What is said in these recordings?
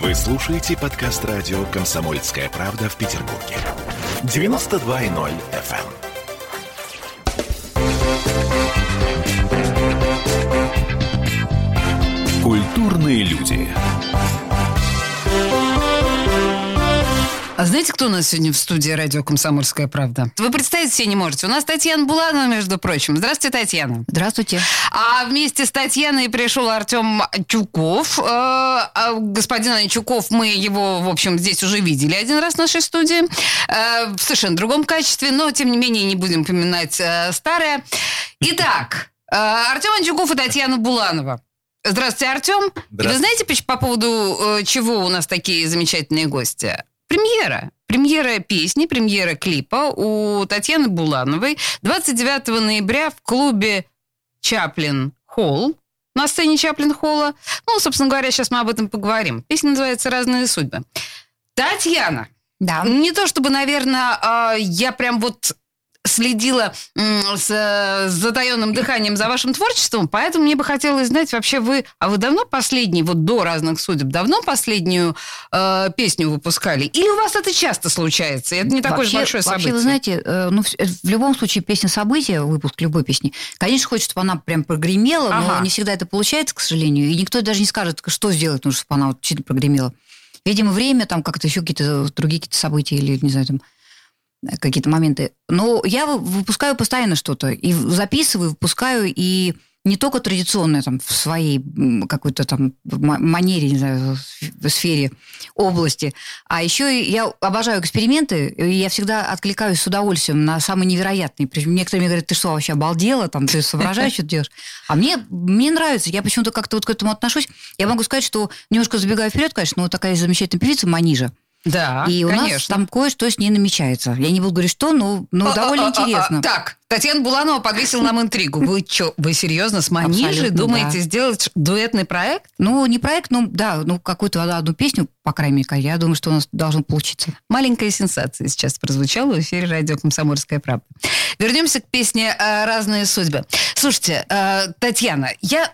Вы слушаете подкаст радио «Комсомольская правда» в Петербурге. 92.0 FM. Культурные люди. А знаете, кто у нас сегодня в студии радио «Комсомольская правда»? Вы представить себе не можете. У нас Татьяна Буланова, между прочим. Здравствуйте, Татьяна. Здравствуйте. А вместе с Татьяной пришел Артем Тюков. Господин Тюков, мы его, в общем, здесь уже видели один раз в нашей студии. В совершенно другом качестве, но, тем не менее, не будем поминать старое. Итак, Артем Тюков и Татьяна Буланова. Здравствуйте, Артем. И вы знаете, по поводу чего у нас такие замечательные гости? Премьера песни, премьера клипа у Татьяны Булановой 29 ноября в клубе Чаплин Холл, на сцене Чаплин Холла. Ну, собственно говоря, сейчас мы об этом поговорим. Песня называется «Разные судьбы». Татьяна, да. Не то чтобы, наверное, я прям вот следила с затаенным дыханием за вашим творчеством, поэтому мне бы хотелось знать, вообще вы давно вот до «Разных судеб», давно последнюю песню выпускали? Или у вас это часто случается? Это не такое же большое событие. Вообще, вы знаете, в любом случае песня-событие, выпуск любой песни, конечно, хочется, чтобы она прям прогремела, но не всегда это получается, к сожалению, и никто даже не скажет, что сделать нужно, чтобы она вот сильно прогремела. Видимо, время, там как-то еще какие-то другие какие-то события или, не знаю, там какие-то моменты. Но я выпускаю постоянно что-то. И записываю, выпускаю, и не только традиционное там, в своей какой-то там манере, не знаю, в сфере, области. А еще я обожаю эксперименты, и я всегда откликаюсь с удовольствием на самые невероятные. Некоторые мне говорят, ты что, вообще обалдела? Там, ты соображаешь, что ты делаешь? А мне нравится. Я почему-то как-то вот к этому отношусь. Я могу сказать, что немножко забегаю вперед, конечно, но вот такая замечательная певица Манижа. Да, и у конечно. нас там кое-что с ней намечается. Я не буду говорить, что, но довольно интересно. Так, Татьяна Буланова подвесила нам интригу. Вы что, вы серьезно с Манижей думаете сделать дуэтный проект? Ну, не проект, какую-то одну песню, по крайней мере, я думаю, что у нас должно получиться. Маленькая сенсация сейчас прозвучала в эфире радио «Комсомольская правда». Вернемся к песне «Разные судьбы». Слушайте, Татьяна, я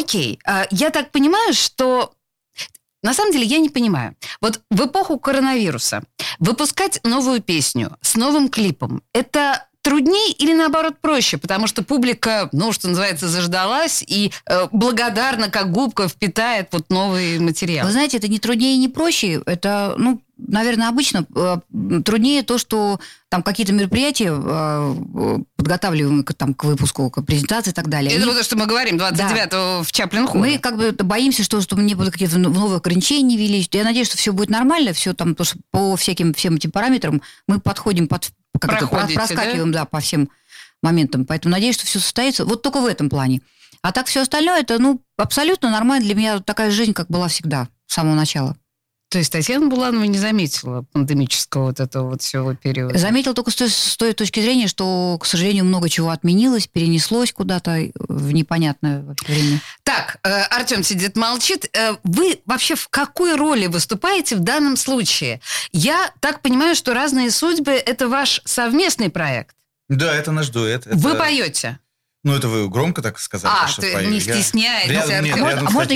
так понимаю, что... На самом деле я не понимаю. Вот в эпоху коронавируса выпускать новую песню с новым клипом – это труднее или, наоборот, проще? Потому что публика, что называется, заждалась и благодарна, как губка, впитает вот новый материал. Вы знаете, это не труднее и не проще. Это, наверное, обычно труднее то, что там какие-то мероприятия подготавливаемые к выпуску, к презентации и так далее. Это вот то, что мы говорим, 29-го в Чаплин-холле. Мы боимся, что не будут какие-то новые ограничения ввели. Я надеюсь, что все будет нормально, все там, потому что по всем этим параметрам мы подходим проскакиваем, по всем моментам. Поэтому надеюсь, что все состоится. Вот только в этом плане. А так все остальное, это, абсолютно нормально. Для меня такая жизнь, как была всегда, с самого начала. То есть Татьяна Буланова не заметила пандемического вот этого вот всего периода? Заметила только с той точки зрения, что, к сожалению, много чего отменилось, перенеслось куда-то в непонятное время. Так, Артем сидит, молчит. Вы вообще в какой роли выступаете в данном случае? Я так понимаю, что «Разные судьбы» — это ваш совместный проект? Да, это наш дуэт. Вы поете? Это вы громко так сказали. Ты не стесняетесь. Можно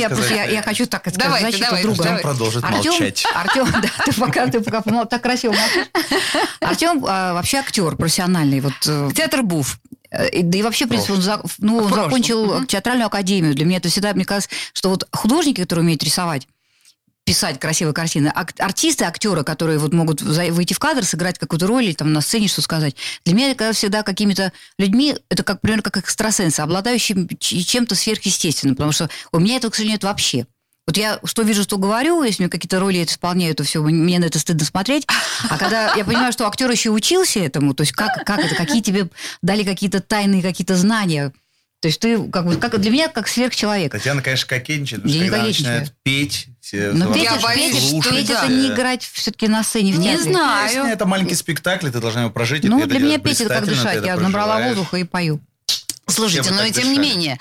я хочу так сказать защиту друга? Артем продолжит молчать. Артем, ты пока так красиво молчишь. Артем вообще актер профессиональный. Театр БУФ. Да и вообще, в принципе, он закончил театральную академию. Для меня это всегда, мне кажется, что вот художники, которые умеют рисовать, писать красивые картины, артисты, актеры, которые могут выйти в кадр, сыграть какую-то роль или там на сцене что сказать. Для меня это всегда какими-то людьми, это примерно как экстрасенсы, обладающими чем-то сверхъестественным, потому что у меня этого, к сожалению, нет вообще. Вот я что вижу, что говорю, если мне какие-то роли это исполняю, то все, мне на это стыдно смотреть. А когда я понимаю, что актер еще учился этому, то есть как это, какие тебе дали какие-то тайные какие-то знания. То есть ты как для меня как сверхчеловек. Татьяна, конечно, кокетничает, потому что когда начинает петь, но петь это не играть все-таки на сцене в театре. Не знаю. Песня, это маленький спектакль, ты должна его прожить. Для меня петь это как дышать. Я набрала воздуха и пою. Слушайте, но и тем не менее...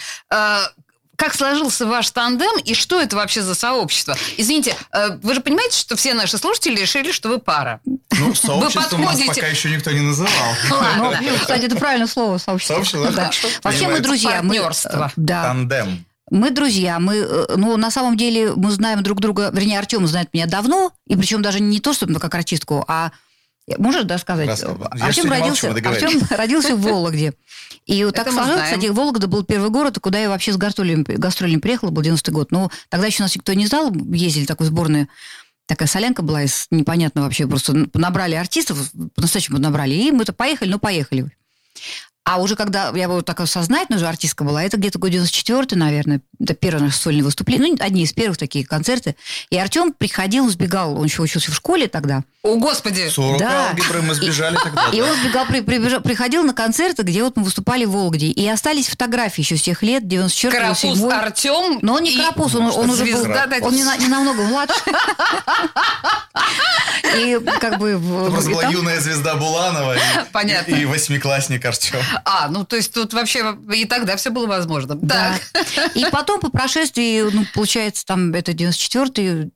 Как сложился ваш тандем и что это вообще за сообщество? Извините, вы же понимаете, что все наши слушатели решили, что вы пара. Сообщество у нас пока еще никто не называл. Кстати, это правильное слово, сообщество. Сообщество, да? Вообще мы друзья. Партнерство. Тандем. Мы друзья, на самом деле мы знаем друг друга, вернее, Артем знает меня давно, и причем даже не то, что как артистку, а можешь, да, сказать? Артем родился в Вологде. И вот так сложилось, кстати, Вологда был первый город, куда я вообще с гастролями приехала, был 90-й год. Но тогда еще нас никто не знал, ездили такой сборную, такая солянка была из непонятно вообще, просто набрали артистов, по-настоящему набрали, и мы-то поехали. А уже когда я вот такая сознательная уже артистка была, это где-то год 94-й, наверное, это первое наше сольное выступление, одни из первых такие концерты. И Артем приходил, сбегал, он еще учился в школе тогда. О, Господи! 40 алгебры мы сбежали тогда. И он приходил на концерты, где вот мы выступали в Вологде. И остались фотографии еще с тех лет, 94-й, Карапуз Артем. Но он не Карапуз, он уже был, он не намного младше. И как бы... Это просто была юная звезда Буланова и восьмиклассник Артем. То есть тут вообще и тогда все было возможно. Да. И потом по прошествии, получается, там это 94-й,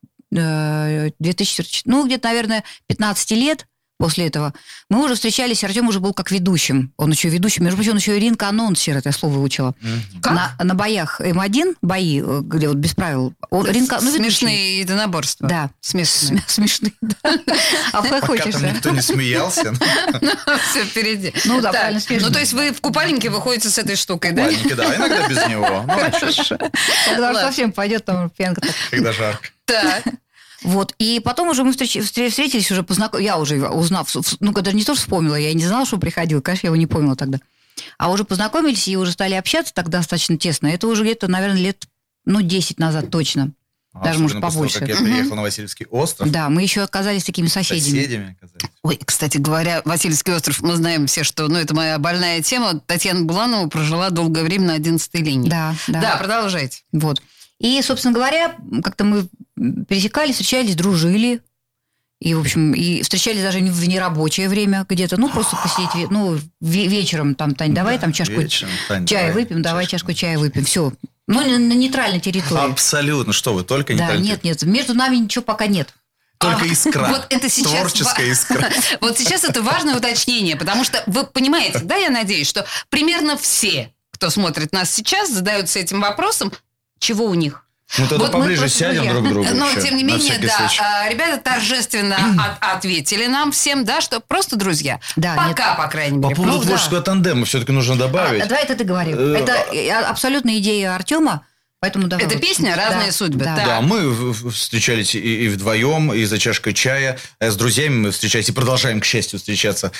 2004, где-то, наверное, 15 лет после этого, мы уже встречались, Артем уже был как ведущим. Он еще ведущим, между прочим, он еще и ринг-анонсер, это я слово выучила. На боях М1, бои, где вот без правил. Смешные единоборства. Да. Смешные, да. Пока там никто не смеялся. Все впереди. Ну да, правильно, смешно. То есть вы в купальнике выходите с этой штукой, да? Купальники, да, иногда без него. Хорошо. Когда уже совсем пойдет, там пенка. Когда жарко. Так. Вот, и потом уже мы встретились, уже я уже узнав, когда не то, что вспомнила, я не знала, что приходил, конечно, я его не помнила тогда. А уже познакомились и уже стали общаться тогда достаточно тесно. Это уже где-то, наверное, лет 10 назад точно. Даже, может, побольше. Как я приехал на Васильевский остров. Да, мы еще оказались такими соседями. Оказались. Ой, кстати говоря, Васильевский остров, мы знаем все, что, это моя больная тема. Татьяна Буланова прожила долгое время на 11-й линии. Да, продолжайте. Вот. И, собственно говоря, как-то мы пересекались, встречались, дружили. И, в общем, и встречались даже в нерабочее время где-то. Просто посидеть, вечером, там, Тань, давай там чашку чая выпьем, давай чашку чая выпьем. Все. На нейтральной территории. Абсолютно. Что вы, только нейтральной территории? Нет. Между нами ничего пока нет. Только искра. Вот это сейчас творческая искра. Вот сейчас это важное уточнение, потому что вы понимаете, да, я надеюсь, что примерно все, кто смотрит нас сейчас, задаются этим вопросом, чего у них. Тогда поближе сядем друг к другу. Но, еще, тем не менее, ребята торжественно ответили нам всем, что просто друзья. Да, пока, по крайней мере. По поводу творческого тандема все-таки нужно добавить. Давай это ты говори. Это абсолютно идея Артема. Поэтому давай. Это песня «Разные судьбы». Да, мы встречались и вдвоем, и за чашкой чая. С друзьями мы встречались и продолжаем, к счастью, встречаться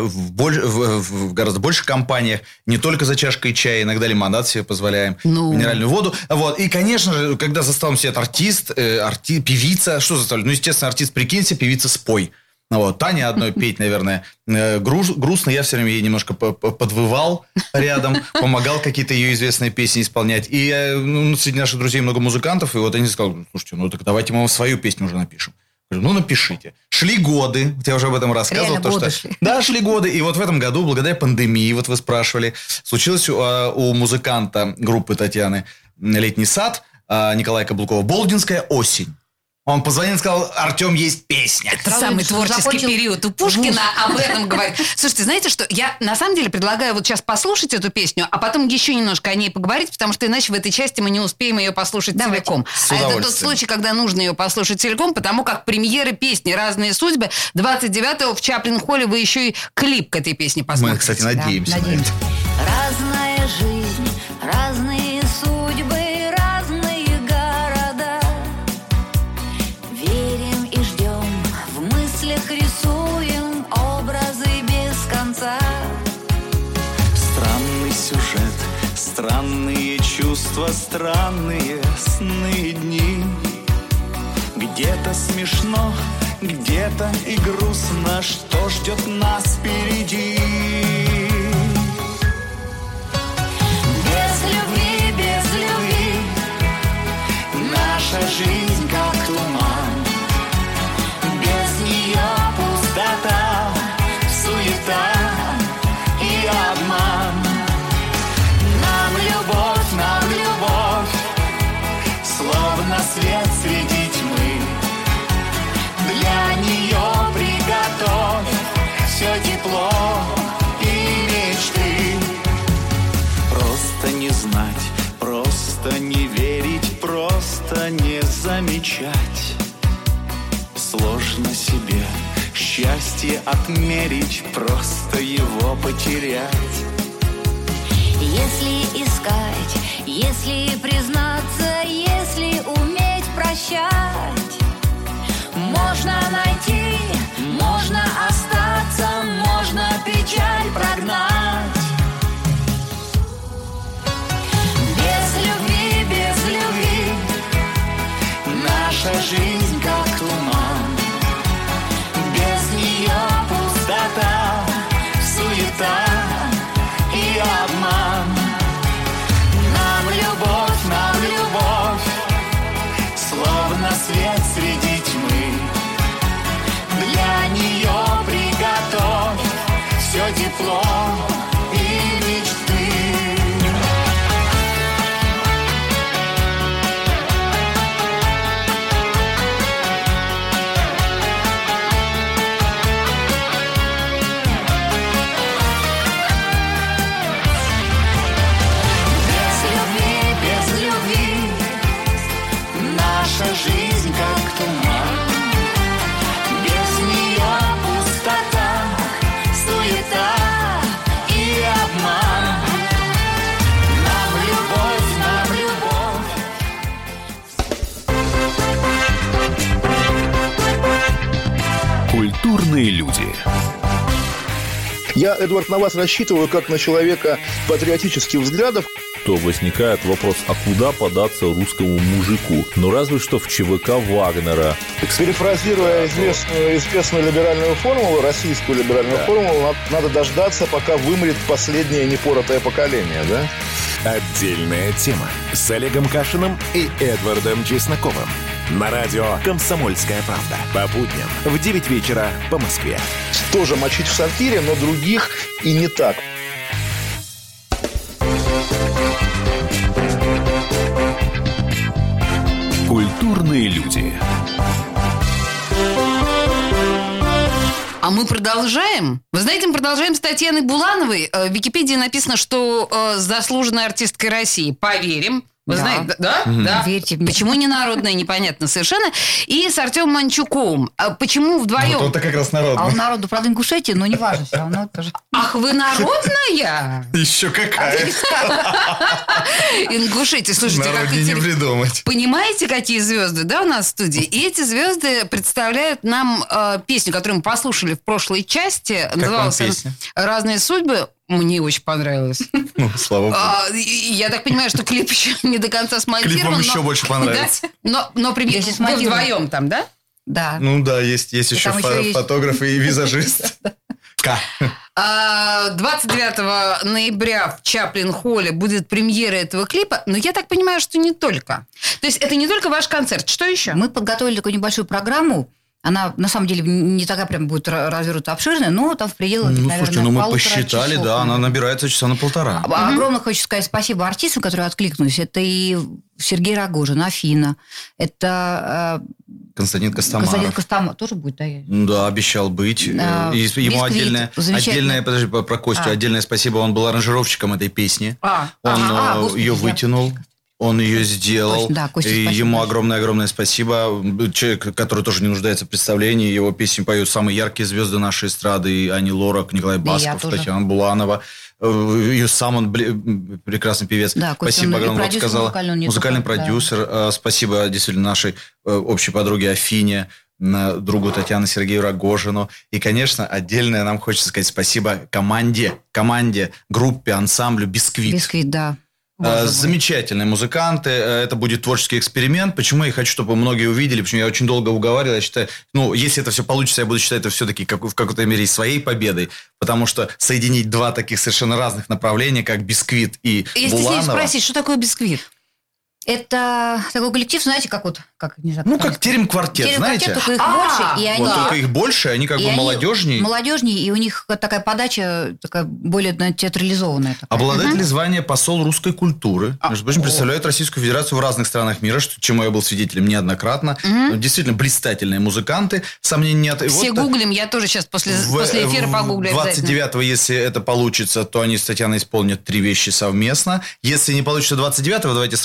в гораздо больших компаниях. Не только за чашкой чая, иногда лимонад себе позволяем, минеральную воду. Вот. И, конечно же, когда за столом сидит артист, певица. Что за столом? Естественно, артист, прикинься, певица спой. Таня одной петь, наверное, грустно. Я все время ей немножко подвывал рядом, помогал какие-то ее известные песни исполнять. И среди наших друзей много музыкантов, и они сказали, слушайте, так давайте мы вам свою песню уже напишем. Я говорю, напишите. Шли годы, я уже об этом рассказывал. Шли. Да, шли годы. И вот в этом году, благодаря пандемии, вы спрашивали, случилось у музыканта группы Татьяны «Летний сад» Николая Каблукова «Болдинская осень». Он позвонил и сказал, Артем, есть песня. Это самый творческий период. У Пушкина об этом говорит. Слушайте, знаете что? Я на самом деле предлагаю вот сейчас послушать эту песню, а потом еще немножко о ней поговорить, потому что иначе в этой части мы не успеем ее послушать целиком. А это тот случай, когда нужно ее послушать целиком, потому как премьеры песни «Разные судьбы» 29-го в Чаплин-холле вы еще и клип к этой песне посмотрите. Мы, кстати, надеемся на это. Разная жизнь, разные судьбы. Рисуем образы без конца. Странный сюжет, странные чувства, странные сны и дни. Где-то смешно, где-то и грустно, что ждет нас впереди. Без любви, наша жизнь как туман. Пустота, суета и обман. Нам любовь, словно свет среди тьмы. Для нее приготовь все тепло начать. Сложно себе счастье отмерить, просто его потерять. Если искать, если признаться, если уметь прощать, можно найти, можно остаться, можно печаль прогнать. Без любви наша жизнь как туман. Без нее пустота, суета и обман. Нам любовь, словно свет среди тьмы. Для нее приготовь все тепло и мечты. Без любви наша жизнь как туман. Без нее пустота, суета и обман. Нам любовь. Культурные люди. Я, Эдвард, на вас рассчитываю как на человека патриотических взглядов. То возникает вопрос, а куда податься русскому мужику? Ну, разве что в ЧВК Вагнера. Перефразируя известную либеральную формулу, российскую либеральную формулу, надо дождаться, пока вымрет последнее непоротое поколение, да? Отдельная тема с Олегом Кашиным и Эдвардом Чесноковым. На радио «Комсомольская правда». По будням в 9 вечера по Москве. Тоже мочить в сортире, но других и не так. Культурные люди. А мы продолжаем. Вы знаете, мы продолжаем с Татьяной Булановой. В Википедии написано, что заслуженная артистка России. Поверим. Вы знаете, да? Да. Верьте мне. Почему не народная, непонятно совершенно. И с Артемом Манчуковым. Почему вдвоем? Вот он-то как раз народный. А он народу, правда, Ингушетии, но неважно, все равно тоже. Ах, вы народная? Еще какая. Ингушетия, слушайте, как Народнее не интересно. придумать. Понимаете, какие звезды, да, у нас в студии? И эти звезды представляют нам песню, которую мы послушали в прошлой части. Называлась песня? «Разные судьбы». Мне очень понравилось. Ну, слава богу. Я так понимаю, что клип еще не до конца смонтирован. Клип вам еще больше понравится. Да? Но примерно Если вы смонтирован. вдвоем там, да? Да. Ну да, есть еще там еще есть. фотограф и визажист. 29 ноября в Чаплин-холле будет премьера этого клипа, но я так понимаю, что не только. То есть это не только ваш концерт. Что еще? Мы подготовили такую небольшую программу. Она, на самом деле, не такая прям будет развернута обширная, но там в пределах, Ну, наверное, слушайте, ну мы 1,5 посчитали, часов. да, она набирается часа на 1,5. Огромное хочу сказать спасибо артистам, которые откликнулись. Это и Сергей Рогожин, Афина. Это Константин Костомаров. Константин Костомаров. Тоже будет, да? Да, обещал быть. И ему Бисквит, отдельное, замечательно. подожди, про Костю, отдельное спасибо. Он был аранжировщиком этой песни. Он Господи, ее я- вытянул. Он ее сделал. Точно, да, Костя, и спасибо ему большое. огромное-огромное спасибо. Человек, который тоже не нуждается в представлении. Его песни поют самые яркие звезды нашей эстрады. И Ани Лорак, Николай Да и я Басков, тоже. Татьяна Буланова. И сам он прекрасный певец. Да, Костя, спасибо он и огромное. продюсер музыкальный, он не Музыкальный только, да. продюсер. Спасибо действительно нашей общей подруге Афине, другу Татьяны Сергею Рогожину. И, конечно, отдельное нам хочется сказать спасибо команде, группе, ансамблю «Бисквит». Бисквит, да. Боже мой. Замечательные музыканты. Это будет творческий эксперимент. Почему я хочу, чтобы многие увидели? Почему я очень долго уговаривал. Я считаю, если это все получится, я буду считать это все-таки в какой-то мере своей победой. Потому что соединить два таких совершенно разных направления, как «Бисквит» и Я стесняюсь Буланова. спросить, что такое «Бисквит»? Это такой коллектив, знаете, как не знаю, Как терем-квартет, знаете? только их больше, и они... Вот только их больше, они как и бы они молодежнее. Молодежнее, и у них такая подача такая более театрализованная. Такая. Обладатели звания посол русской культуры. Между прочим, представляют Российскую Федерацию в разных странах мира, чему я был свидетелем неоднократно. Действительно, блистательные музыканты. Сомнений нет. И Все гуглим, я тоже сейчас после эфира погуглю. 29-го, если это получится, то они с Татьяной исполнят 3 вещи совместно. Если не получится 29-го, давайте сразу скажем,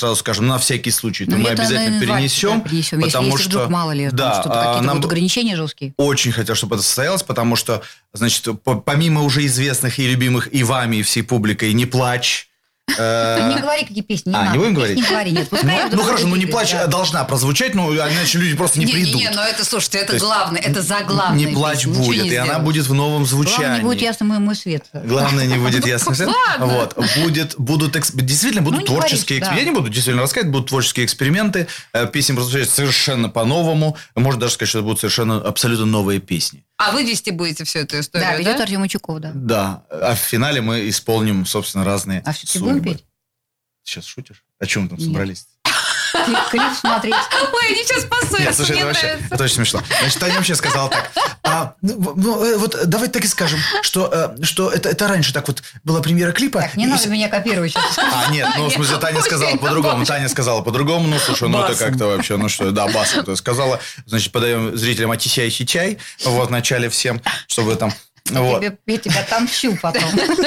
на всякий случай, то мы обязательно перенесем. Потому если что, вдруг мало ли, да, что-то какие-то нам будут ограничения жесткие. Очень хотел, чтобы это состоялось, потому что, значит, помимо уже известных и любимых и вами, и всей публикой «Не плачь», Не говори, какие песни, не надо. не будем говорить? Не говори, нет. Ну хорошо, ну «Не плачь» должна прозвучать, но иначе люди просто не придут. Не, но это, слушайте, это главное, это заглавная «Не плачь» песня, будет, и она будет в новом звучании. Главное, не будет ясно мой свет. Главное, не будет ясный свет. Вот. Действительно, будут творческие эксперименты. Я не буду действительно рассказывать, будут творческие эксперименты. Песни прозвучат совершенно по-новому. Можно даже сказать, что это будут совершенно абсолютно новые песни. А вы вести будете всю эту историю, да? Ведет Артем Чуков, да. Да. А в финале мы исполним, собственно, разные А все-таки судьбы. будем петь? Сейчас шутишь? О чем мы там собрались? Клип смотреть. Ой, они сейчас поссорятся, Слушай, мне это вообще нравится. это очень смешно. Значит, Таня вообще сказала так. Вот давайте так и скажем, что это раньше так вот была премьера клипа. Так, не надо меня копировать сейчас. Нет, ну в смысле Таня сказала по-другому. Таня сказала по-другому. Ну слушай, ну это как-то вообще, ну что, да, басом ты сказала. Значит, подаем зрителям «Отисяющий чай». Вот, в начале всем, чтобы там... Вот. Я тебя отомщу потом.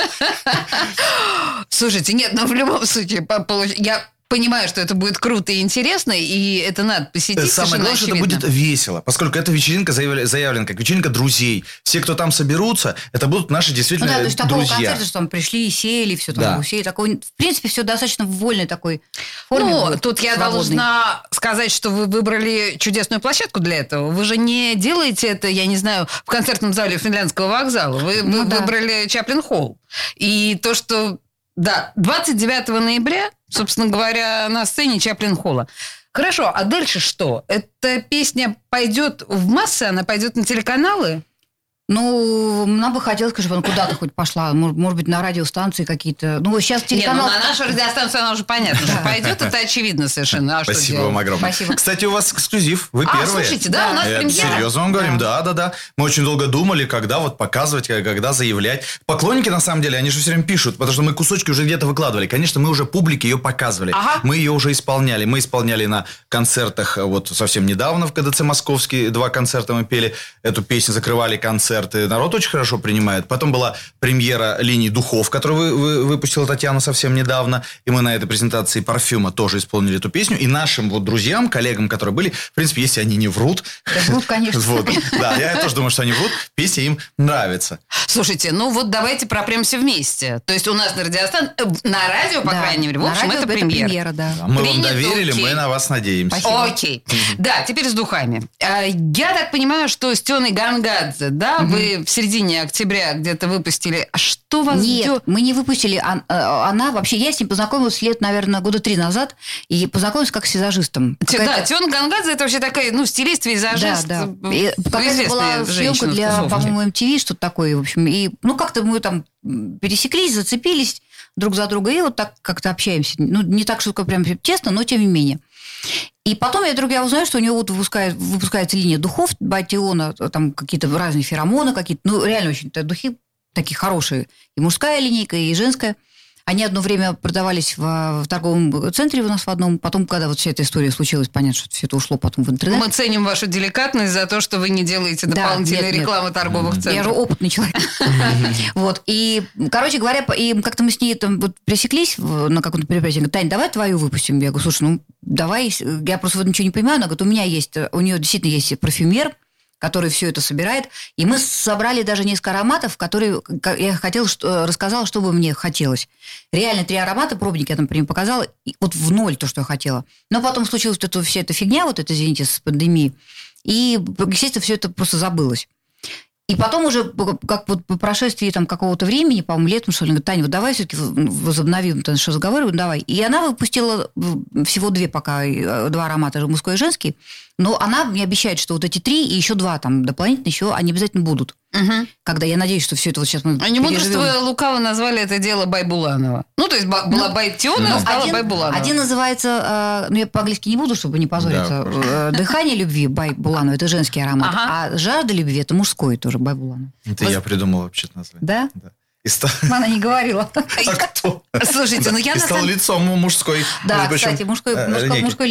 Слушайте, нет, но в любом случае, я понимаю, что это будет круто и интересно, и это надо посетить. Самое главное, что это будет весело, поскольку эта вечеринка заявлена как вечеринка друзей. Все, кто там соберутся, это будут наши действительно то есть такого друзья. концерта, что там пришли, сели, все там, Да. усели. Такой, в принципе, все достаточно в вольной такой форме. Ну, будет, тут я свободной. должна сказать, что вы выбрали чудесную площадку для этого. Вы же не делаете это, я не знаю, в концертном зале Финляндского вокзала. Вы выбрали Чаплин-холл. И то, что... Да, 29 ноября, собственно говоря, на сцене Чаплин-холла. Хорошо, а дальше что? Эта песня пойдет в массы, она пойдет на телеканалы? Ну, нам бы хотелось, чтобы она куда-то хоть пошла. Может быть, на радиостанции какие-то. Ну, сейчас телеканал... Нет, ну, на нашу радиостанцию она уже понятно, что пойдет, это очевидно совершенно. А что Спасибо делать? вам огромное. Спасибо. Кстати, у вас эксклюзив. Вы первые. Слушайте, да, у нас премьера. Серьезно вам говорим, да. Мы очень долго думали, когда вот показывать, когда заявлять. Поклонники, на самом деле, они же все время пишут, потому что мы кусочки уже где-то выкладывали. Конечно, мы уже публике ее показывали. Ага. Мы ее уже исполняли. Мы исполняли на концертах вот совсем недавно в КДЦ Московский. 2 концерта мы пели. Эту песню закрывали концерты. Народ очень хорошо принимает. Потом была премьера линии духов, которую выпустила Татьяна совсем недавно. И мы на этой презентации парфюма тоже исполнили эту песню. И нашим вот друзьям, коллегам, которые были, в принципе, если они не врут... Да врут, конечно. Вот, да, я тоже думаю, что они врут. Песня им нравится. Слушайте, ну вот давайте пропремся вместе. То есть у нас на радиостанции, на радио, по крайней мере, в общем, это премьера. Да. Мы вам Принято, доверили, окей. мы на вас надеемся. Окей. Да, теперь с духами. Я так понимаю, что с Тёной Гангадзе, да, вы в середине октября где-то выпустили. А что вас Нет, ждет? мы не выпустили. Она вообще, я с ней познакомилась лет, наверное, 3 года назад, и познакомилась как с визажистом. Да, Тёна Гангадзе это вообще такая, ну, стилист, визажист. Да. И какая-то была съемка для, по-моему, MTV, что-то такое, в общем. И, ну, как-то мы там пересеклись, зацепились друг за друга, и вот так как-то общаемся. Ну, не так, что прям тесно, но тем не менее. И потом я вдруг узнаю, что у него вот выпускается линия духов Батиона, там какие-то разные феромоны какие-то. Ну, реально очень духи такие хорошие. И мужская линейка, и женская. Они одно время продавались в торговом центре у нас в одном. Потом, когда вот вся эта история случилась, понятно, что все это ушло потом в интернет. Мы ценим вашу деликатность за то, что вы не делаете дополнительной рекламы торговых центров. Я же опытный человек. Вот. И, короче говоря, и как-то мы с ней там вот пересеклись на каком-то мероприятии. Говорит: Тань, давай твою выпустим. Я говорю: слушай, ну давай. Я просто вот ничего не понимаю. Она говорит: у нее действительно есть парфюмер, который все это собирает. И мы собрали даже несколько ароматов, которые я рассказала, что бы мне хотелось. Реально 3 аромата, пробники я там показала, и вот в ноль то, что я хотела. Но потом случилась вся эта фигня, вот это, извините, с пандемией. И, естественно, все это просто забылось. И потом уже, как вот по прошествии там какого-то времени, по-моему, летом, что ли, говорит: Таня, вот давай все-таки возобновим наш разговор, давай. И она выпустила всего 2 аромата, мужской и женский. Но она мне обещает, что вот эти 3 и еще 2 там дополнительно еще, они обязательно будут. Угу. Когда я надеюсь, что все это вот сейчас мы Они мудрство лукаво назвали это дело Байбуланова. Ну, то есть была Байтиона, а стала Байбуланова. Один называется, я по-английски не буду, чтобы не позориться, «Дыхание любви» Байбуланова, это женский аромат. А «Жажда любви» это мужской тоже Байбуланов. Это я придумал вообще-то название. Да? Да. Она не говорила. А кто? Слушайте, ну я и стал лицом мужской. Да, кстати, мужской линии.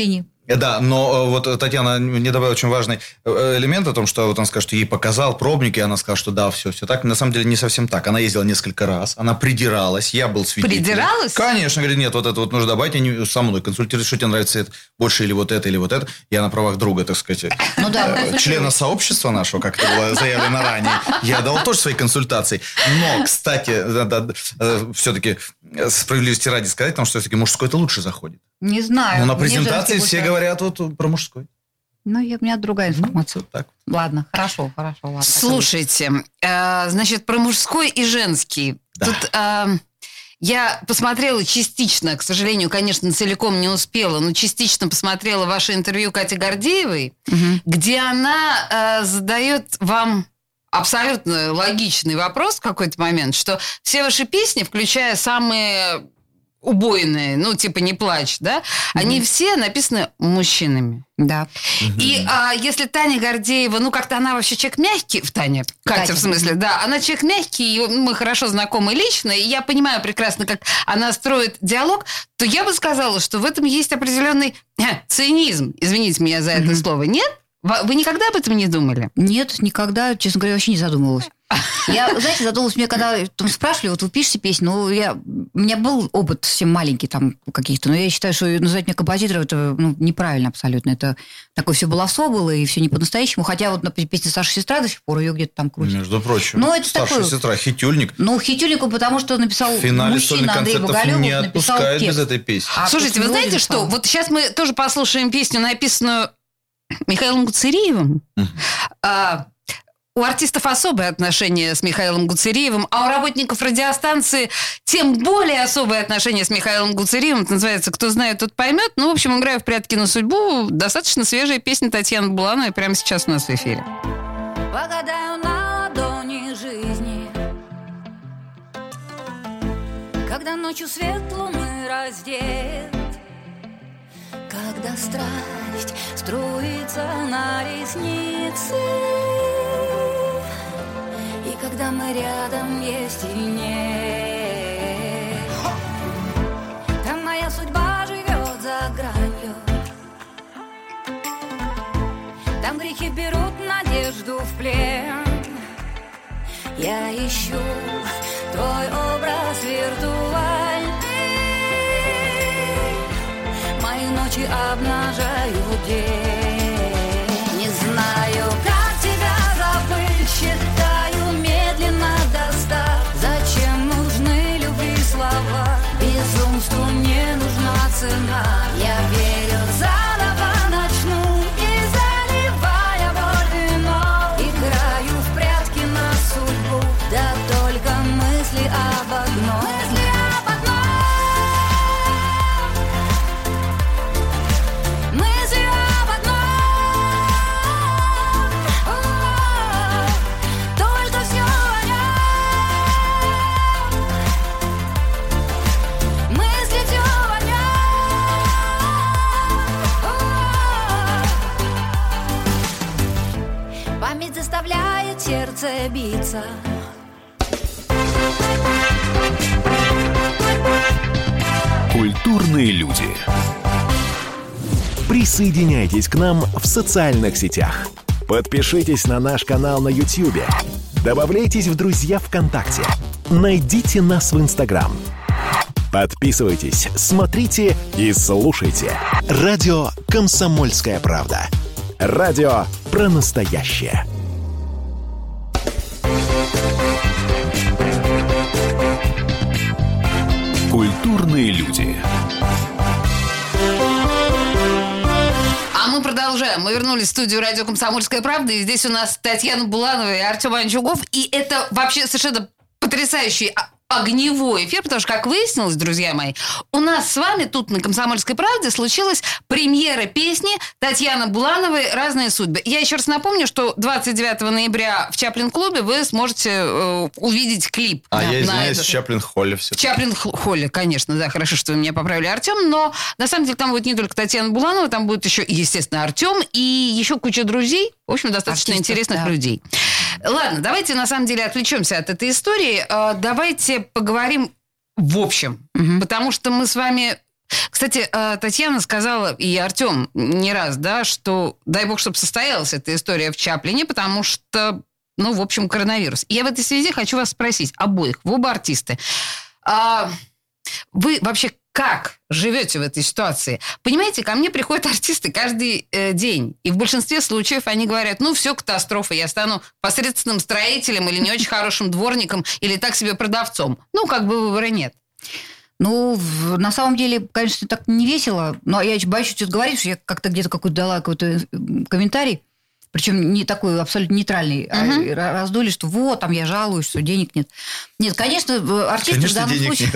Да, но вот Татьяна мне добавила очень важный элемент о том, что вот он скажет, что ей показал пробник, и она сказала, что да, все так. На самом деле не совсем так. Она ездила несколько раз, она придиралась, я был свидетелем. Придиралась? Конечно, говорит, нет, вот это вот нужно добавить, они со мной консультируют, что тебе нравится это, больше или вот это. Я на правах друга, так сказать, члена сообщества нашего, как это было заявлено ранее, я дал тоже свои консультации. Но, кстати, все-таки справедливости ради сказать, потому что все-таки мужской-то лучше заходит. Не знаю. Но на презентации все говорят вот про мужской. Ну, у меня другая информация. Так. Ладно, хорошо, ладно. Слушайте, значит, про мужской и женский. Да. Тут я посмотрела частично, к сожалению, конечно, целиком не успела, но частично посмотрела ваше интервью Кати Гордеевой, где она задает вам абсолютно логичный вопрос в какой-то момент, что все ваши песни, включая самые убойные, ну, типа «Не плачь», да, они все написаны мужчинами. Да. И если Таня Гордеева, ну, как-то она вообще человек мягкий, Катя, в смысле, да, она человек мягкий, и мы хорошо знакомы лично, и я понимаю прекрасно, как она строит диалог, то я бы сказала, что в этом есть определенный цинизм, извините меня за это слово, нет? Вы никогда об этом не думали? Нет, никогда, честно говоря, вообще не задумывалась. Я, знаете, задумалась, мне когда там спрашивали, вот вы пишете песни, ну, у меня был опыт совсем маленький там каких-то, но я считаю, что называть меня композитором, это неправильно абсолютно. Это такое все баловство было, и все не по-настоящему. Хотя вот, например, песня «Саша сестра» до сих пор ее где-то там крутит. Между прочим, ну, это «Старшая сестра», хитюльник. Ну, хитюльнику, потому что написал мужчина Андрей Боголюбов, не написал отпускает текст. без этой песни. Слушайте, вы знаете что? Вот сейчас мы тоже послушаем песню, написанную Михаилом Гуцериевым. У артистов особое отношение с Михаилом Гуцериевым, а у работников радиостанции тем более особое отношение с Михаилом Гуцериевым. Это называется «Кто знает, тот поймет». Ну, в общем, играю в «Прятки на судьбу». Достаточно свежая песня Татьяны Булановой прямо сейчас у нас в эфире. Погадаю на ладони жизни, когда ночью свет луны раздет, когда страсть струится на ресницы, и когда мы рядом есть или нет. Там моя судьба живет за гранью, там грехи берут надежду в плен. Я ищу твой образ виртуальный, мои ночи обнажают день. Не знаю, как тебя забыть, считаю медленно до 100. Зачем нужны любви слова? Безумству не нужна цена. Я верю, заново начну, и заливая боль вино, играю в прятки на судьбу, да только мысли об одном. Заставляет сердце биться. Культурные люди. Присоединяйтесь к нам в социальных сетях. Подпишитесь на наш канал на YouTube. Добавляйтесь в друзья ВКонтакте. Найдите нас в Инстаграм. Подписывайтесь, смотрите и слушайте. Радио «Комсомольская правда». Радио про настоящее. Культурные люди. А мы продолжаем. Мы вернулись в студию радио «Комсомольская правда». И здесь у нас Татьяна Буланова и Артем Анчугов. И это вообще совершенно потрясающий огневой эфир, потому что, как выяснилось, друзья мои, у нас с вами тут на «Комсомольской правде» случилась премьера песни Татьяны Булановой «Разные судьбы». Я еще раз напомню, что 29 ноября в Чаплин-клубе вы сможете увидеть клип. Я извиняюсь, в Чаплин-холле все. В Чаплин-холле, конечно, да, хорошо, что вы меня поправили, Артем, но на самом деле там будет не только Татьяна Буланова, там будет еще, естественно, Артем и еще куча друзей, в общем, достаточно интересных людей. Ладно, давайте на самом деле отвлечемся от этой истории. Давайте поговорим в общем. Потому что мы с вами Кстати, Татьяна сказала, и Артем не раз, да, что дай бог, чтобы состоялась эта история в Чаплине, потому что, в общем, коронавирус. И я в этой связи хочу вас спросить, обоих, вы оба артисты. Вы вообще как живете в этой ситуации? Понимаете, ко мне приходят артисты каждый день, и в большинстве случаев они говорят, все, катастрофа, я стану посредственным строителем или не очень хорошим дворником, или так себе продавцом. Выбора нет. На самом деле, конечно, так не весело, но я боюсь что-то говорить, что я как-то где-то дала какой-то комментарий, причем не такой абсолютно нейтральный, раздули, что там я жалуюсь, что денег нет. Нет, конечно, артисты в данном случае...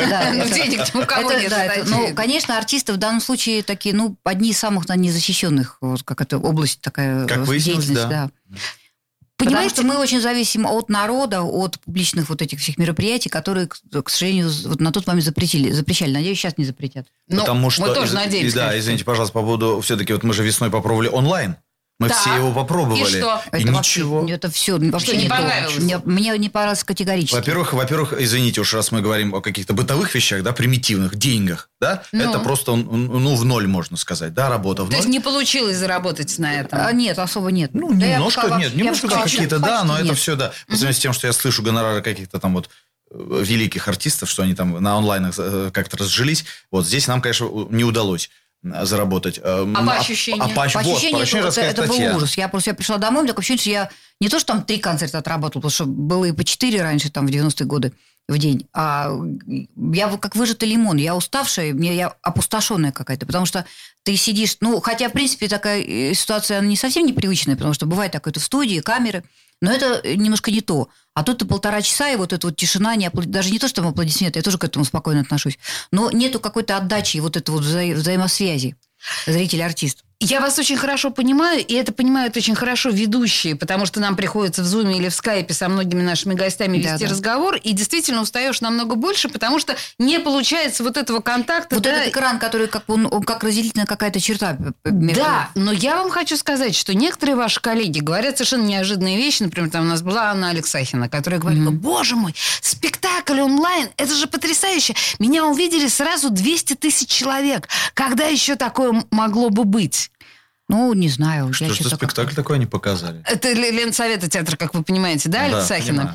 Денег ни у кого нет. Конечно, артисты в данном случае такие, одни из самых незащищенных, как это область такая. Как выяснилось, да. Потому что мы очень зависим от народа, от публичных этих всех мероприятий, которые, к сожалению, на тот момент запрещали. Надеюсь, сейчас не запретят. Потому что, мы тоже надеемся. Да, извините, пожалуйста, по поводу... Все-таки мы же весной попробовали онлайн. Мы все его попробовали. И что? И ничего. Это все вообще не понравилось. Мне не понравилось категорически. Во-первых, извините уж, раз мы говорим о каких-то бытовых вещах, да, примитивных, деньгах, да, это просто, в ноль, можно сказать, да, работа в ноль. То есть не получилось заработать на этом? Нет, особо нет. Немножко какие-то, да, но это все, да. По сравнению с тем, что я слышу гонорары каких-то там великих артистов, что они там на онлайнах как-то разжились, здесь нам, конечно, не удалось заработать. По ощущениям? По ощущениям это был ужас. Я пришла домой, такое ощущение, что я не то, что там 3 концерта отработала, потому что было и по 4 раньше, там, в 90-е годы в день, а я как выжатый лимон. Я уставшая, я опустошенная какая-то, потому что ты сидишь... хотя, в принципе, такая ситуация она не совсем непривычная, потому что бывает такое, в студии, камеры, но это немножко не то. А тут 1,5 часа, и эта тишина, даже не то, что там аплодисменты, я тоже к этому спокойно отношусь, но нету какой-то отдачи и взаимосвязи зритель-артист. Я вас очень хорошо понимаю, и это понимают очень хорошо ведущие, потому что нам приходится в Зуме или в Скайпе со многими нашими гостями вести разговор, и действительно устаешь намного больше, потому что не получается этого контакта. Этот экран, который как разделительная какая-то черта. Да, но я вам хочу сказать, что некоторые ваши коллеги говорят совершенно неожиданные вещи. Например, там у нас была Анна Алексахина, которая говорила, боже мой, спектакль онлайн, это же потрясающе. Меня увидели сразу 200 тысяч человек. Когда еще такое могло бы быть? Не знаю. Что спектакль такой они показали? Это Ленсовета театра, как вы понимаете, да, Алексахина?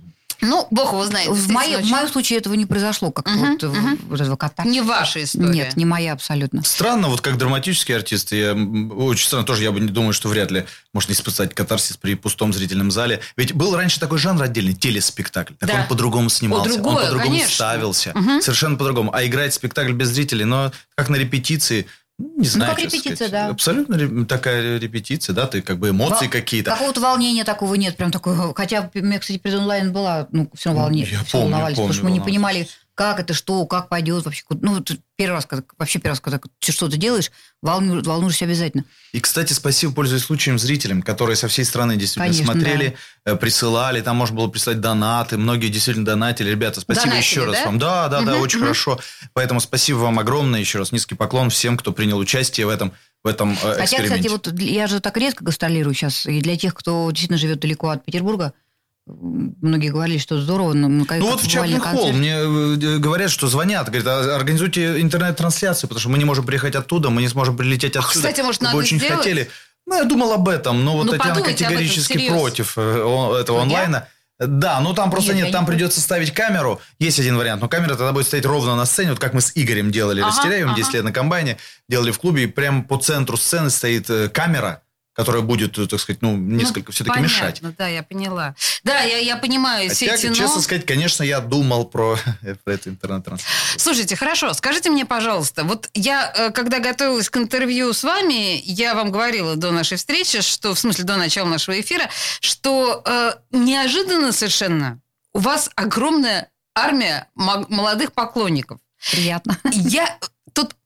Бог его знает. В моем случае этого не произошло, как этого катарсиса. Не ваша история. Нет, не моя абсолютно. Странно, как драматический артист, очень странно, тоже я бы не думаю, что вряд ли можно испытать катарсис при пустом зрительном зале. Ведь был раньше такой жанр отдельный, телеспектакль. Так он по-другому снимался, он по-другому ставился. Совершенно по-другому. А играть спектакль без зрителей, но как на репетиции... Не знаю, как репетиция, да. Абсолютно такая репетиция, да, ты эмоции какие-то. Какого-то волнения такого нет, прям такого. Хотя, у меня, кстати, перед онлайн была, все равно волнение. Я помню, потому что мы не понимали, как это, что, как пойдет вообще. Первый раз, когда что-то делаешь, волнуешься обязательно. И, кстати, спасибо, пользуясь случаем, зрителям, которые со всей страны действительно смотрели, присылали, там можно было прислать донаты, многие действительно донатили. Ребята, спасибо еще раз вам. Да, очень хорошо. Поэтому спасибо вам огромное, еще раз низкий поклон всем, кто принял участие в этом эксперименте. Хотя, кстати, я же так редко гастролирую сейчас, и для тех, кто действительно живет далеко от Петербурга, многие говорили, что здорово. В Чаплин-Холл мне говорят, что звонят, говорят, организуйте интернет-трансляцию, потому что мы не можем приехать оттуда, мы не сможем прилететь отсюда. Кстати, может, надо очень сделать? хотели. Я думал об этом, но Татьяна категорически против этого онлайна. Да, там просто нет, там придется ставить камеру. Есть один вариант, но камера тогда будет стоять ровно на сцене, как мы с Игорем делали, Растеряевым 10 лет на комбайне, делали в клубе, и прямо по центру сцены стоит камера, которая будет, так сказать, несколько все-таки мешать. Да, я поняла. Да, я понимаю. Честно сказать, конечно, я думал про эту интернет-трансляцию. Слушайте, хорошо, скажите мне, пожалуйста, я, когда готовилась к интервью с вами, я вам говорила до нашей встречи, что, в смысле, до начала нашего эфира, что неожиданно совершенно у вас огромная армия молодых поклонников. Приятно. Тут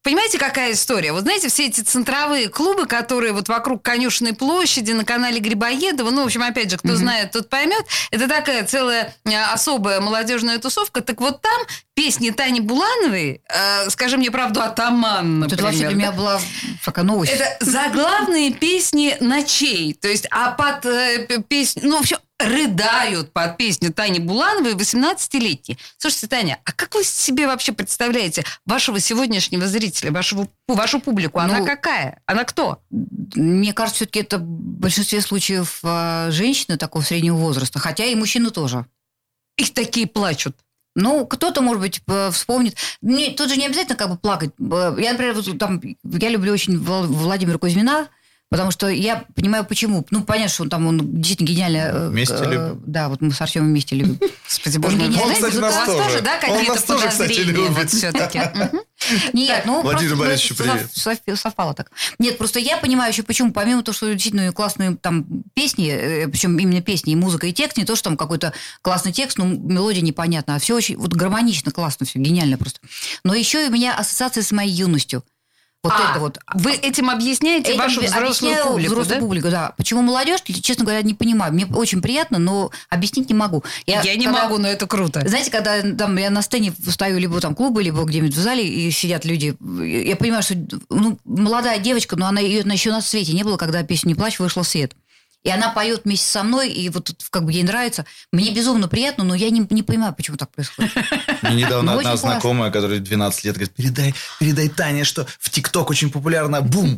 понимаете, какая история? Вот знаете, все эти центровые клубы, которые вот вокруг Конюшенной площади, на канале Грибоедова, ну, в общем, опять же, кто знает, тот поймет, это такая целая особая молодежная тусовка. Так вот там песни Тани Булановой, «Скажи мне правду, атаман», например. Это вообще для меня была такая новость. Это заглавные песни ночей. То есть, а под песню... Ну, в общем, рыдают под песню Тани Булановой 18-летние. Слушайте, Таня, а как вы себе вообще представляете вашего сегодняшнего зрителя, вашу публику? Она какая? Она кто? Мне кажется, все-таки это в большинстве случаев женщины такого среднего возраста, хотя и мужчины тоже. Их такие плачут. Ну, кто-то, может быть, вспомнит. Тут же не обязательно как бы плакать. Я, например, я люблю очень Владимира Кузьмина, потому что я понимаю, почему. Ну, понятно, что он действительно гениально... Вместе любим. Да, вот мы с Артемом вместе любим. Господи, боже мой. Он, кстати, нас у вас тоже, да, какие-то подозрения вот все-таки? Нет, ну, Владимир просто Борисович, привет. совпало так. Нет, просто я понимаю еще, почему, помимо того, что действительно классные там песни, причем именно песни, и музыка, и текст, не то, что там какой-то классный текст, ну, мелодия непонятна, а все очень вот гармонично, классно, все гениально просто. Но еще у меня ассоциация с моей юностью. Вот это вот. Вы этим объясняете вашу взрослую публику, да? Почему молодежь, честно говоря, не понимаю. Мне очень приятно, но объяснить не могу. Я не могу, но это круто. Знаете, когда там, я на сцене стою либо там клубы, либо где-нибудь в зале, и сидят люди, я понимаю, что молодая девочка, но ее еще на свете не было, когда песня «Не плачь» вышла в свет. И она поет вместе со мной, и вот как бы ей нравится. Мне безумно приятно, но я не понимаю, почему так происходит. Мне недавно одна знакомая, которая 12 лет, говорит, передай Тане, что в ТикТок очень популярно. Бум!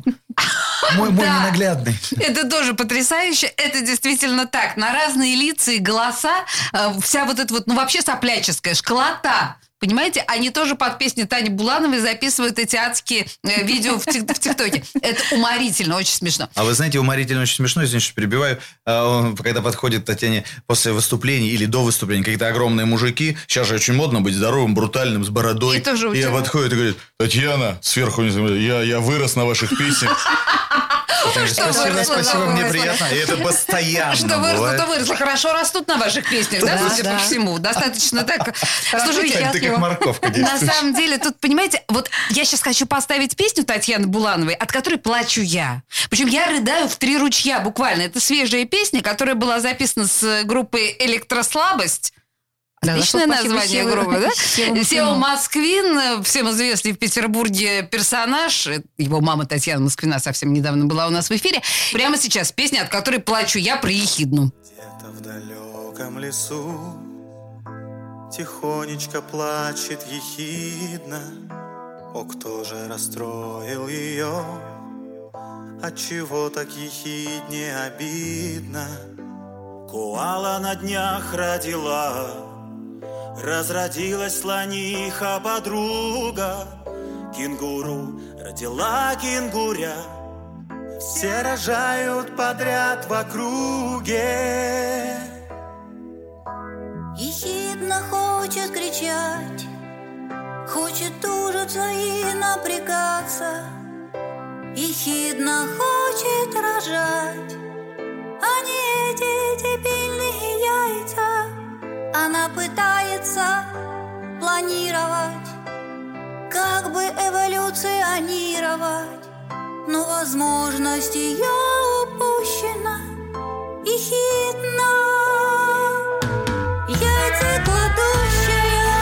Мой ненаглядный. Это тоже потрясающе. Это действительно так. На разные лица и голоса вся вот эта вот, ну вообще сопляческая школота. Понимаете, они тоже под песни Тани Булановой записывают эти адские видео в ТикТоке. Это уморительно, очень смешно. А вы знаете, уморительно, очень смешно, извините, что перебиваю, когда подходит Татьяне после выступления или до выступления какие-то огромные мужики, сейчас же очень модно быть здоровым, брутальным, с бородой. И подходит и говорит: Татьяна, сверху, я вырос на ваших песнях. Спасибо, мне приятно. И это постоянно что выросло, то выросло. Хорошо растут на ваших песнях, да, судя по всему. Достаточно так. Слушайте, ты как морковка. На самом деле, тут, понимаете, вот я сейчас хочу поставить песню Татьяны Булановой, от которой плачу я. Причем я рыдаю в 3 ручья буквально. Это свежая песня, которая была записана с группой «Электрослабость». Отличное название группы, да? Сева Москвин, всем известный в Петербурге персонаж. Его мама Татьяна Москвина совсем недавно была у нас в эфире. Прямо сейчас песня, от которой плачу я, про Ехидну. Где-то в далеком лесу тихонечко плачет Ехидна. О, кто же расстроил ее? Отчего так Ехидне обидно? Куала на днях родила, разродилась слониха подруга. Кенгуру родила кенгуря. Все рожают подряд в округе. Ехидна хочет кричать, хочет тужиться и напрягаться. Ехидна хочет рожать, а не эти дебильные яйца. Она пытается планировать, как бы эволюционировать, но возможность ее упущена. Ехидна, яйцекладущая.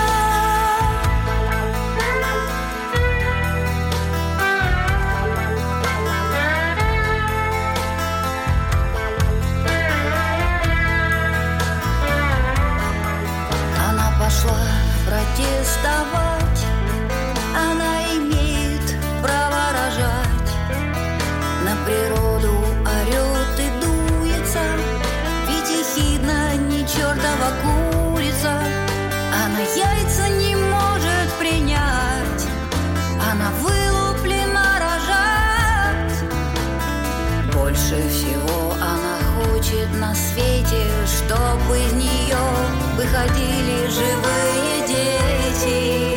Она пошла протестовать, она имеет право рожать. На природу орет и дуется, ведь Ехидна не чертова курица. Она яйца не может принять, она вылуплена рожать. Больше всего она хочет на свете, чтобы из нее выходили живые дети.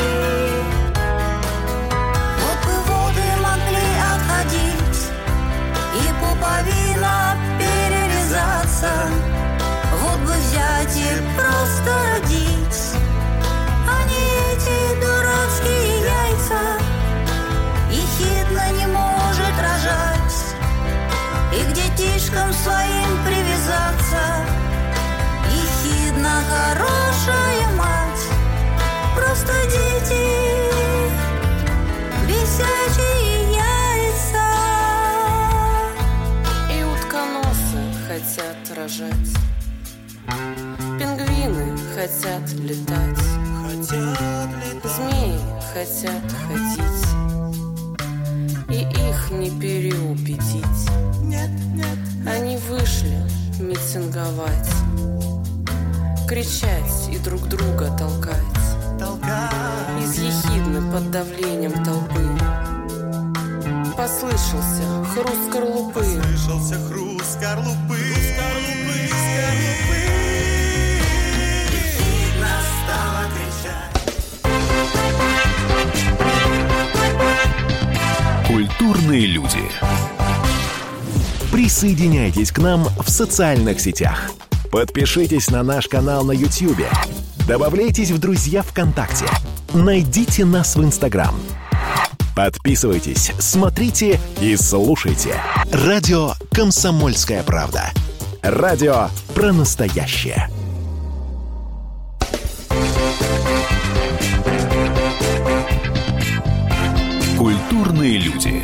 Вот бы воды могли отходить и пуповина перерезаться. Вот бы взять и просто родить, а не эти дурацкие яйца. слишком своим привязаться. Ехидна хорошая мать, просто дети, бесячие яйца. И утконосы хотят рожать, пингвины хотят летать, змеи хотят ходить, и их не переубедить. Они вышли митинговать, кричать и друг друга толкать. Из ехидны под давлением толпы послышался хруст скорлупы. Ехидна стала кричать. Культурные люди. Присоединяйтесь к нам в социальных сетях. Подпишитесь на наш канал на YouTube. Добавляйтесь в друзья ВКонтакте. Найдите нас в Инстаграм. Подписывайтесь, смотрите и слушайте. Радио «Комсомольская правда». Радио про настоящее. Культурные люди.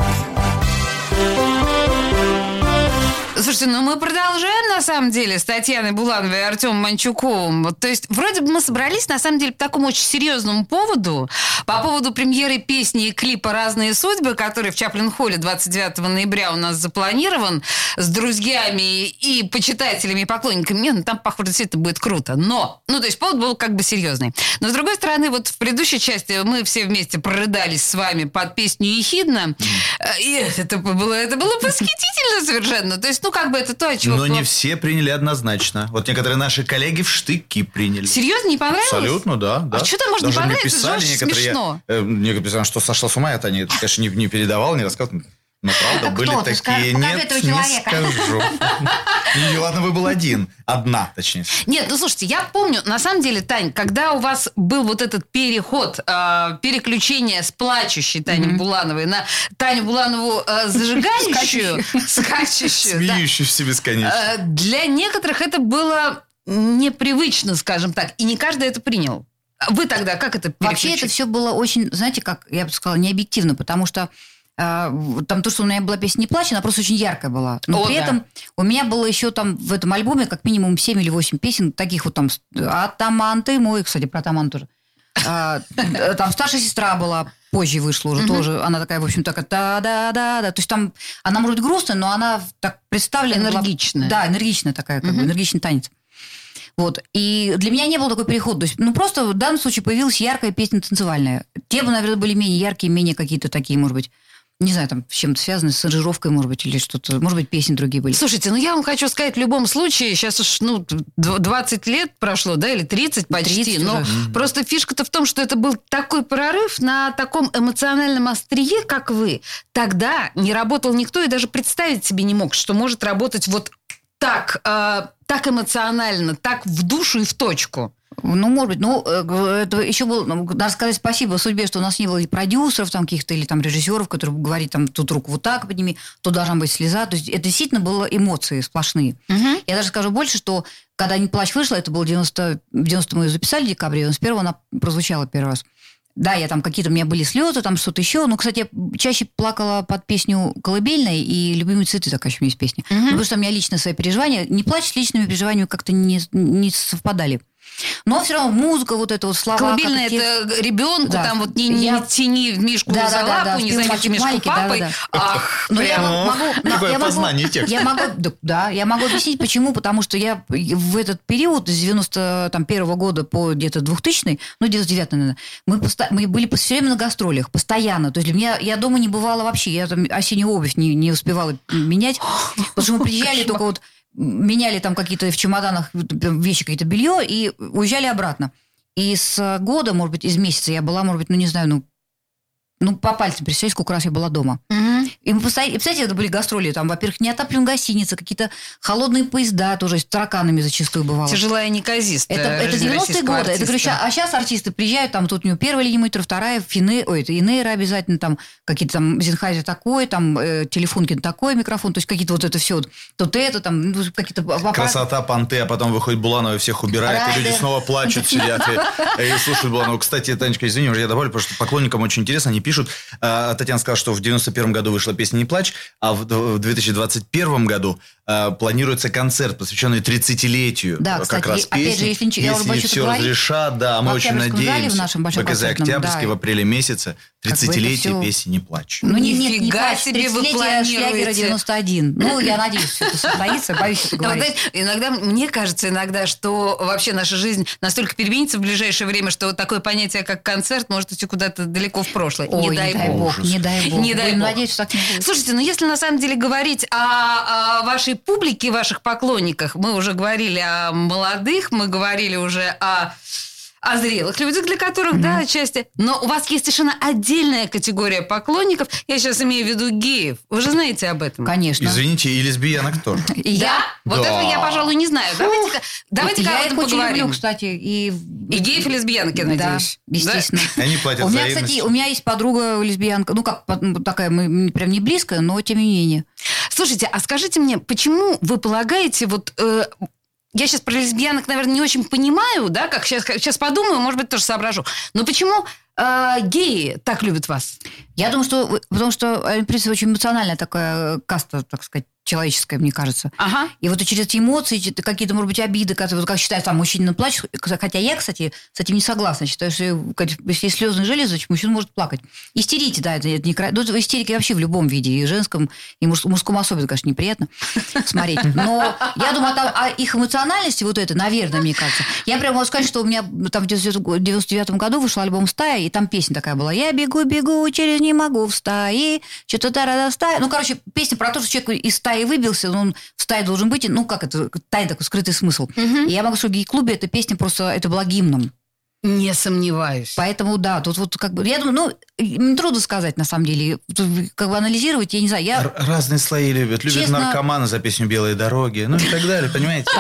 Слушайте, ну мы продолжаем, на самом деле, с Татьяной Булановой и Артемом Манчуковым. Вот, то есть, вроде бы мы собрались, на самом деле, по такому очень серьезному поводу. По поводу премьеры песни и клипа «Разные судьбы», который в Чаплин-холле 29 ноября у нас запланирован с друзьями и почитателями, и поклонниками. Ну, там, похоже, действительно будет круто. Но, то есть, повод был как бы серьезный. Но, с другой стороны, вот в предыдущей части мы все вместе прорыдались с вами под песню «Ехидна». И это было восхитительно совершенно. То есть, как бы это то, о чем... Но не все приняли однозначно. Вот некоторые наши коллеги в штыки приняли. Серьезно, не понравилось? Абсолютно, да. А что там можно не понравиться? Писали, это же смешно. Некоторые писали, что сошла с ума, это они, конечно, не передавал, не рассказывал. Но правда, были такие. Нет, не скажу. И ладно, вы был одна, точнее. Нет, слушайте, я помню, на самом деле, Тань, когда у вас был вот этот переход, переключение с плачущей Таней Булановой на Таню Буланову зажигающую, скачущую, смеющуюся бесконечно. Для некоторых это было непривычно, скажем так, и не каждый это принял. Вы тогда как это переключили? Вообще это все было очень, знаете, как я бы сказала, необъективно, потому что там то, что у меня была песня «Не плачь», она просто очень яркая была. Но при этом у меня было еще там в этом альбоме как минимум 7 или 8 песен, таких вот там «Атаман ты мой», кстати, про «Атаман» тоже. Там «Старшая сестра» была, позже вышла уже тоже. Она такая, в общем, такая да-да-да-да. То есть там она, может быть, грустная, но она так представлена. Энергичная. Да, энергичная такая, как бы, энергичный танец. Вот. И для меня не был такой переход. То есть, просто в данном случае появилась яркая песня танцевальная. Те бы, наверное, были менее яркие, менее какие-то такие, может быть, не знаю, там, с чем-то связано, с аранжировкой, может быть, или что-то. Может быть, песни другие были. Слушайте, я вам хочу сказать, в любом случае, сейчас уж, 20 лет прошло, да, или 30 почти. 30 но просто фишка-то в том, что это был такой прорыв на таком эмоциональном острие, как вы. Тогда не работал никто и даже представить себе не мог, что может работать вот так эмоционально, так в душу и в точку. Может быть. Это еще было... Надо сказать спасибо судьбе, что у нас не было и продюсеров там каких-то, или там режиссеров, которые говорят, там, тут руку вот так подними, тут должна быть слеза. То есть это действительно было эмоции сплошные. Я даже скажу больше, что когда «Не плачь» вышла, это было 90 мы ее записали в декабре, 91-го она прозвучала первый раз. Да, я там какие-то у меня были слезы, там что-то еще. Кстати, я чаще плакала под песню «Колыбельная» и «Любимые цветы», такая еще у меня есть песня. Потому что у меня личные свои переживания. «Не плачь» с личными переживаниями как-то не совпадали. Но все равно музыка, вот это вот слова... «Колыбельная» — это ребенку, там вот не тяни Мишку за лапу, не зовите Мишку папой. Ах, какое познание текста. Я могу объяснить, почему. Потому что я в этот период, с 91-го года по где-то 2000-й, 99-й, наверное, мы были все время на гастролях, постоянно. То есть для меня... Я дома не бывала вообще. Я там осеннюю обувь не успевала менять. Потому что мы приезжали только вот... Меняли там какие-то в чемоданах вещи, какие-то белье и уезжали обратно. И с года, может быть, из месяца я была, может быть, не знаю, по пальцам, представляете, сколько раз я была дома. И мы постоянно... И, представляете, это были гастроли. Там, во-первых, неотапливаемые гостиницы, какие-то холодные поезда тоже с тараканами зачастую бывало. Тяжелая неказистая. Это 90-е годы. Это, говорю, а сейчас артисты приезжают, там тут у него первая линия монитора, вторая, Инейра обязательно, там какие-то там Зенхайзер такой, там Телефонкин такой микрофон, то есть какие-то вот это все, тут это, там какие-то... Красота, понты, а потом выходит Буланова и всех убирает, и люди снова плачут, сидят и слушают Буланову. Кстати, Танечка, извини, уже я добавлю, потому что поклонникам очень интересно, они пишут, Татьяна сказала, что в 91 году вышла песня «Не плачь», а в 2021 году планируется концерт, посвященный 30-летию. Да, как кстати, раз песни. опять же, если все разрешат, да, мы очень надеемся. В БКЗ Октябрьский в апреле месяце 30-летие песни «Не плачь». Ну, нифига себе вы планируете. Шлягера 91. Ну, я надеюсь, что это состоится, боюсь это говорить. Иногда, мне кажется, что вообще наша жизнь настолько переменится в ближайшее время, что вот такое понятие, как концерт, может идти куда-то далеко в прошлое. Ой, не дай бог. Не дай бог. Надеюсь, что так не будет. Слушайте, ну если на самом деле говорить о вашей публике, ваших поклонниках, мы уже говорили о молодых, мы говорили уже о зрелых людях, для которых, да, отчасти. Но у вас есть совершенно отдельная категория поклонников. Я сейчас имею в виду геев. Вы же знаете об этом? Конечно. Извините, и лесбиянок тоже. Да? Вот этого я, пожалуй, не знаю. Давайте-ка об этом поговорим. Я их очень люблю, кстати. И геев, и лесбиянок, я надеюсь. Да, естественно. Они платят взаимностью. Кстати, у меня есть подруга лесбиянка. Ну, как такая, прям не близкая, но тем не менее. Слушайте, а скажите мне, почему вы полагаете, вот... Я сейчас про лесбиянок, наверное, не очень понимаю, да, как сейчас подумаю, может быть, тоже соображу. Но почему геи так любят вас? Я думаю, что потому что, в принципе, очень эмоциональная такая каста, так сказать, человеческая, мне кажется. Ага. И вот через эти эмоции, какие-то, может быть, обиды, которые, как считают, там, мужчина плачет, хотя я, кстати, с этим не согласна. Считаю, что если есть слезные железы, значит, мужчина может плакать. Истерите, да, это не край... Ну, истерики вообще в любом виде, и женском, и мужском особенно, конечно, неприятно смотреть. Но я думаю, о их эмоциональности, вот это, наверное, мне кажется. Я прямо могу сказать, что у меня там в 99 году вышел альбом «Стая», и там песня такая была: «Я бегу, через не могу в стае, что-то тарада стая». Ну, короче, песня про то, что человек из стаи выбился, он в стае должен быть, ну, как это, тайный такой скрытый смысл. И я могу сказать, что в гей-клубе эта песня просто, это была гимном. Не сомневаюсь. Поэтому, да, тут вот как бы, я думаю, ну, трудно сказать, на самом деле. Тут, как бы анализировать, я не знаю. Разные слои любят. Любят честно... наркоманы за песню «Белые дороги», ну и так далее, понимаете?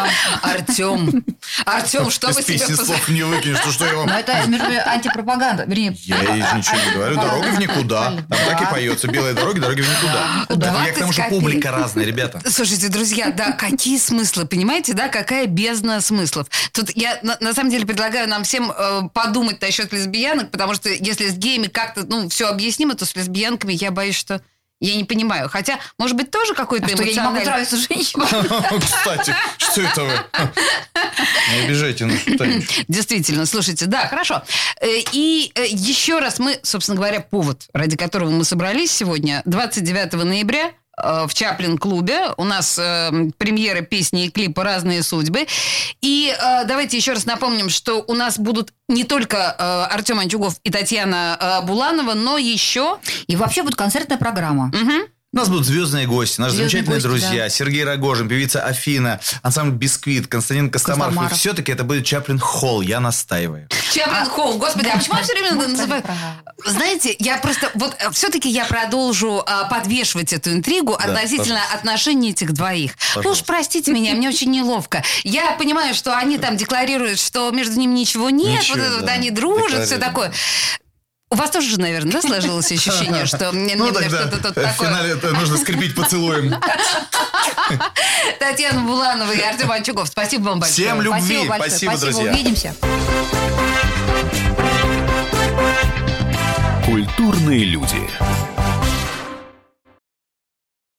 Артем, что вы себе... Из песни слов не выкинешь, что я вам... Ну, это антипропаганда. Вернее, я ничего не говорю. «Дорога в никуда». Там так и поется: «Белые дороги, дороги в никуда». Я к тому, что публика разная, ребята. Слушайте, друзья, да, какие смыслы, понимаете, да, какая бездна смыслов. Тут я, на самом деле, предлагаю нам всем подумать насчет лесбиянок, потому что если с геями как-то, ну, все объяснимо, то с лесбиянками я боюсь, что я не понимаю. Хотя, может быть, тоже какой-то эмоциональный... я не могу нравиться женщинам. Кстати, что это вы? Не обижайте нас, Танечка. Действительно, слушайте, да, хорошо. И еще раз мы, собственно говоря, повод, ради которого мы собрались сегодня, 29 ноября, в Чаплин-клубе. У нас премьера песни и клипа «Разные судьбы». И давайте еще раз напомним, что у нас будут не только Артем Антюгов и Татьяна Буланова, но еще... И вообще будет концертная программа. Угу. У нас будут звездные гости, наши замечательные друзья. Да. Сергей Рогожин, певица Афина, ансамбль «Бисквит», Константин Костомаров. И все-таки это будет Чаплин-холл, я настаиваю. Чаплин-холл, господи, а почему я все время называю... Знаете, я просто... Вот все-таки я продолжу подвешивать эту интригу относительно отношений этих двоих. Вы уж простите меня, мне очень неловко. Я понимаю, что они там декларируют, что между ними ничего нет, ничего, вот да. Они дружат, все такое. У вас тоже же, наверное, да, сложилось ощущение, что мне что-то тут такое... В финале это нужно скрепить поцелуем. Татьяна Буланова и Артем Антюгов, спасибо вам большое. Всем любви, спасибо, друзья. Увидимся. Культурные люди.